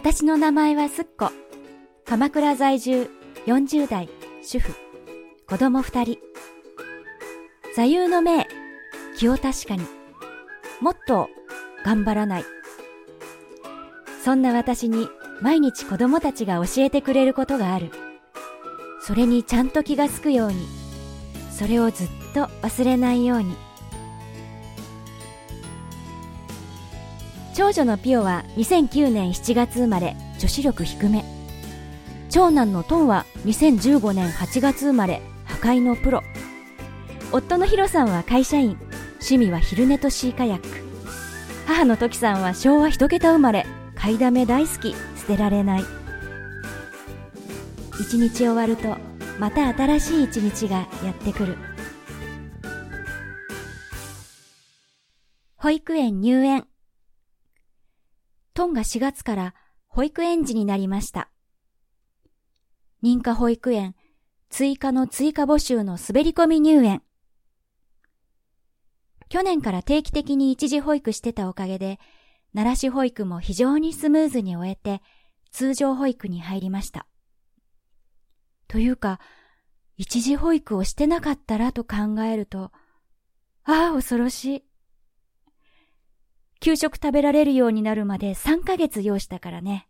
私の名前はすっこ。鎌倉在住40代主婦。子供2人。座右の銘、気を確かに。もっと頑張らない。そんな私に毎日子供たちが教えてくれることがある。それにちゃんと気がつくように。それをずっと忘れないように。長女のピオは2009年7月生まれ、女子力低め。長男のトンは2015年8月生まれ、破壊のプロ。夫のヒロさんは会社員、趣味は昼寝とシーカヤック。母のトキさんは昭和一桁生まれ、買いだめ大好き、捨てられない。一日終わるとまた新しい一日がやってくる。保育園入園。トンが4月から保育園児になりました。認可保育園追加募集の滑り込み入園。去年から定期的に一時保育してたおかげで、慣らし保育も非常にスムーズに終えて、通常保育に入りました。というか、一時保育をしてなかったらと考えると、ああ恐ろしい。給食食べられるようになるまで3ヶ月要したからね。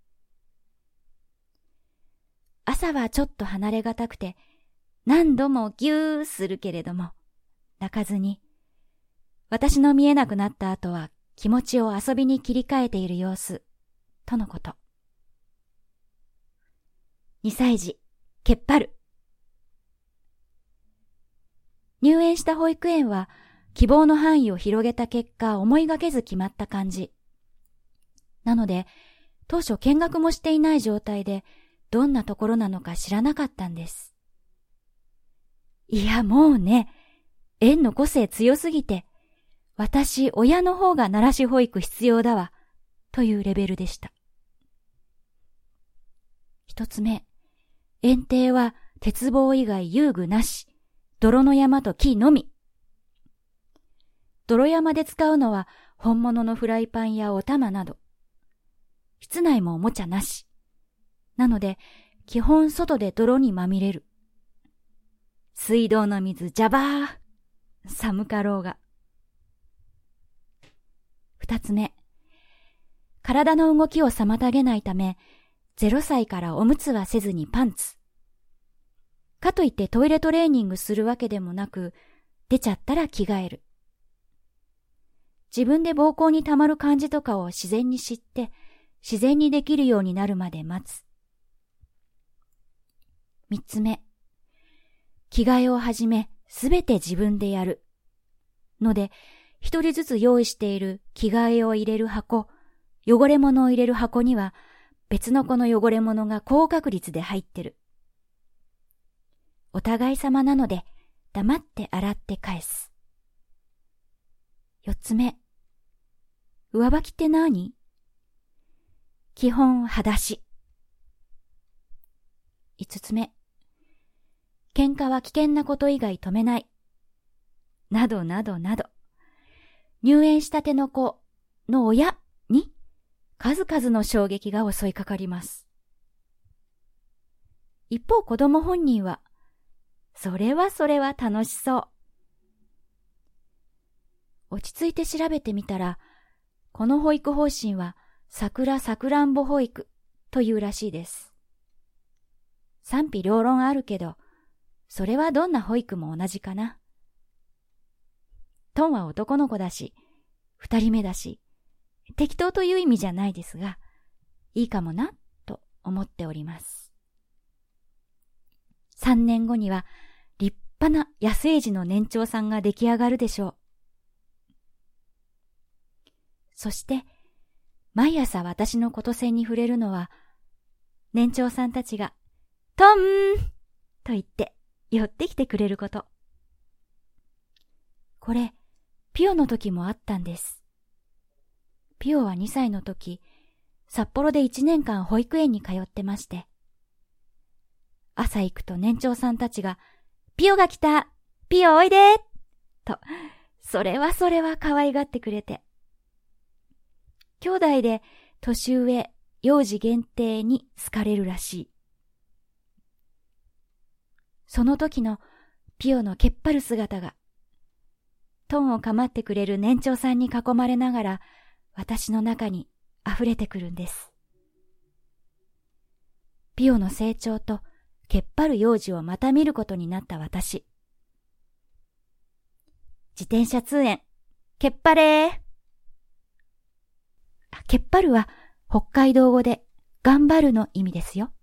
朝はちょっと離れがたくて、何度もギューするけれども、泣かずに、私の見えなくなった後は気持ちを遊びに切り替えている様子、とのこと。2歳児、けっぱる。入園した保育園は、希望の範囲を広げた結果、思いがけず決まった感じ。なので、当初見学もしていない状態で、どんなところなのか知らなかったんです。いやもうね、園の個性強すぎて、私、親の方が慣らし保育必要だわ、というレベルでした。一つ目、園庭は鉄棒以外遊具なし、泥の山と木のみ。泥山で使うのは本物のフライパンやお玉など。室内もおもちゃなし。なので、基本外で泥にまみれる。水道の水ジャバー。寒かろうが。二つ目。体の動きを妨げないため、0歳からおむつはせずにパンツ。かといってトイレトレーニングするわけでもなく、出ちゃったら着替える。自分で膀胱に溜まる感じとかを自然に知って、自然にできるようになるまで待つ。三つ目。着替えをはじめ、すべて自分でやる。ので、一人ずつ用意している着替えを入れる箱、汚れ物を入れる箱には、別の子の汚れ物が高確率で入ってる。お互い様なので、黙って洗って返す。四つ目。上履きって何？基本裸足。五つ目。喧嘩は危険なこと以外止めない。などなどなど。入園したての子の親に数々の衝撃が襲いかかります。一方子供本人は、それは楽しそう。落ち着いて調べてみたら、この保育方針はさくらんぼ保育というらしいです。賛否両論あるけど、それはどんな保育も同じかな。トンは男の子だし、二人目だし、適当という意味じゃないですが、いいかもな、と思っております。3年後には立派な野生児の年長さんが出来上がるでしょう。そして、毎朝私のことせんに触れるのは、年長さんたちが、トンと言って寄ってきてくれること。これ、ピオの時もあったんです。ピオは2歳の時、札幌で1年間保育園に通ってまして、朝行くと年長さんたちが、ピオが来た！ピオおいで！と、それは可愛がってくれて。兄弟で年上、 幼児限定に好かれるらしい。その時のピオのけっぱる姿が、トンを構ってくれる年長さんに囲まれながら、私の中に溢れてくるんです。ピオの成長とけっぱる幼児をまた見ることになった私。自転車通園、けっぱれー。けっぱるは北海道語で頑張るの意味ですよ。